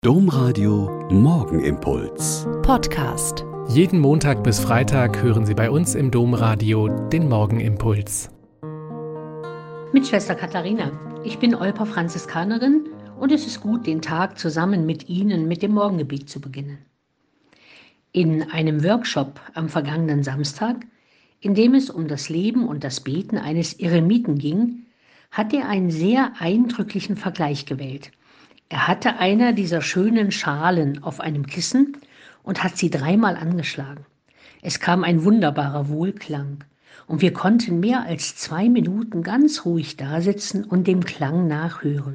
Domradio Morgenimpuls Podcast. Jeden Montag bis Freitag hören Sie bei uns im Domradio den Morgenimpuls. Mit Schwester Katharina. Ich bin Olper Franziskanerin und es ist gut, den Tag zusammen mit Ihnen mit dem Morgengebet zu beginnen. In einem Workshop am vergangenen Samstag, in dem es um das Leben und das Beten eines Eremiten ging, hat er einen sehr eindrücklichen Vergleich gewählt. Er hatte einer dieser schönen Schalen auf einem Kissen und hat sie 3-mal angeschlagen. Es kam ein wunderbarer Wohlklang und wir konnten mehr als 2 Minuten ganz ruhig dasitzen und dem Klang nachhören.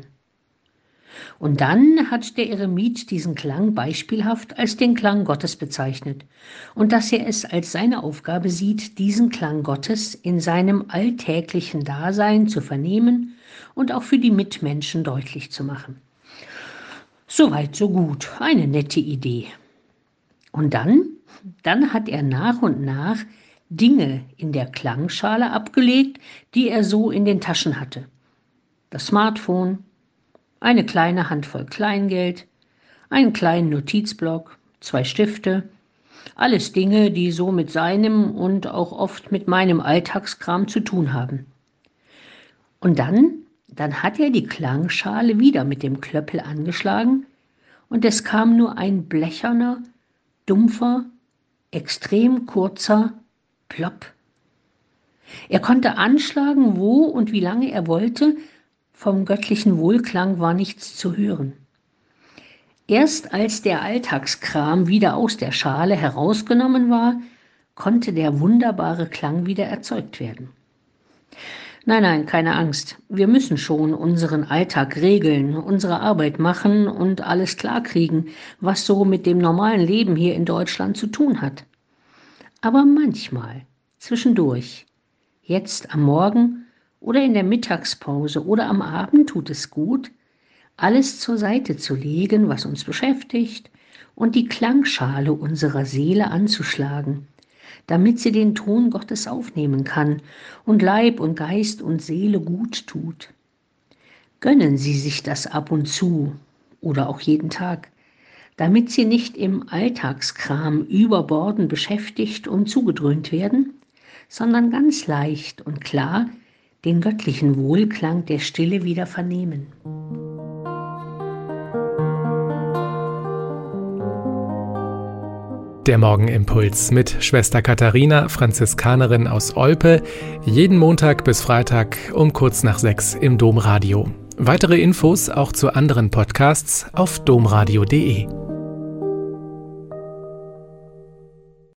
Und dann hat der Eremit diesen Klang beispielhaft als den Klang Gottes bezeichnet und dass er es als seine Aufgabe sieht, diesen Klang Gottes in seinem alltäglichen Dasein zu vernehmen und auch für die Mitmenschen deutlich zu machen. Soweit, so gut. Eine nette Idee. Und dann hat er nach und nach Dinge in der Klangschale abgelegt, die er so in den Taschen hatte. Das Smartphone, eine kleine Handvoll Kleingeld, einen kleinen Notizblock, 2 Stifte, alles Dinge, die so mit seinem und auch oft mit meinem Alltagskram zu tun haben. Und dann hat er die Klangschale wieder mit dem Klöppel angeschlagen und es kam nur ein blecherner, dumpfer, extrem kurzer Plopp. Er konnte anschlagen, wo und wie lange er wollte, vom göttlichen Wohlklang war nichts zu hören. Erst als der Alltagskram wieder aus der Schale herausgenommen war, konnte der wunderbare Klang wieder erzeugt werden. Nein, keine Angst. Wir müssen schon unseren Alltag regeln, unsere Arbeit machen und alles klarkriegen, was so mit dem normalen Leben hier in Deutschland zu tun hat. Aber manchmal, zwischendurch, jetzt am Morgen oder in der Mittagspause oder am Abend tut es gut, alles zur Seite zu legen, was uns beschäftigt, und die Klangschale unserer Seele anzuschlagen, damit sie den Ton Gottes aufnehmen kann und Leib und Geist und Seele gut tut. Gönnen Sie sich das ab und zu oder auch jeden Tag, damit Sie nicht im Alltagskram überbordend beschäftigt und zugedröhnt werden, sondern ganz leicht und klar den göttlichen Wohlklang der Stille wieder vernehmen. Der Morgenimpuls mit Schwester Katharina, Franziskanerin aus Olpe, jeden Montag bis Freitag um kurz nach 6 im Domradio. Weitere Infos auch zu anderen Podcasts auf domradio.de.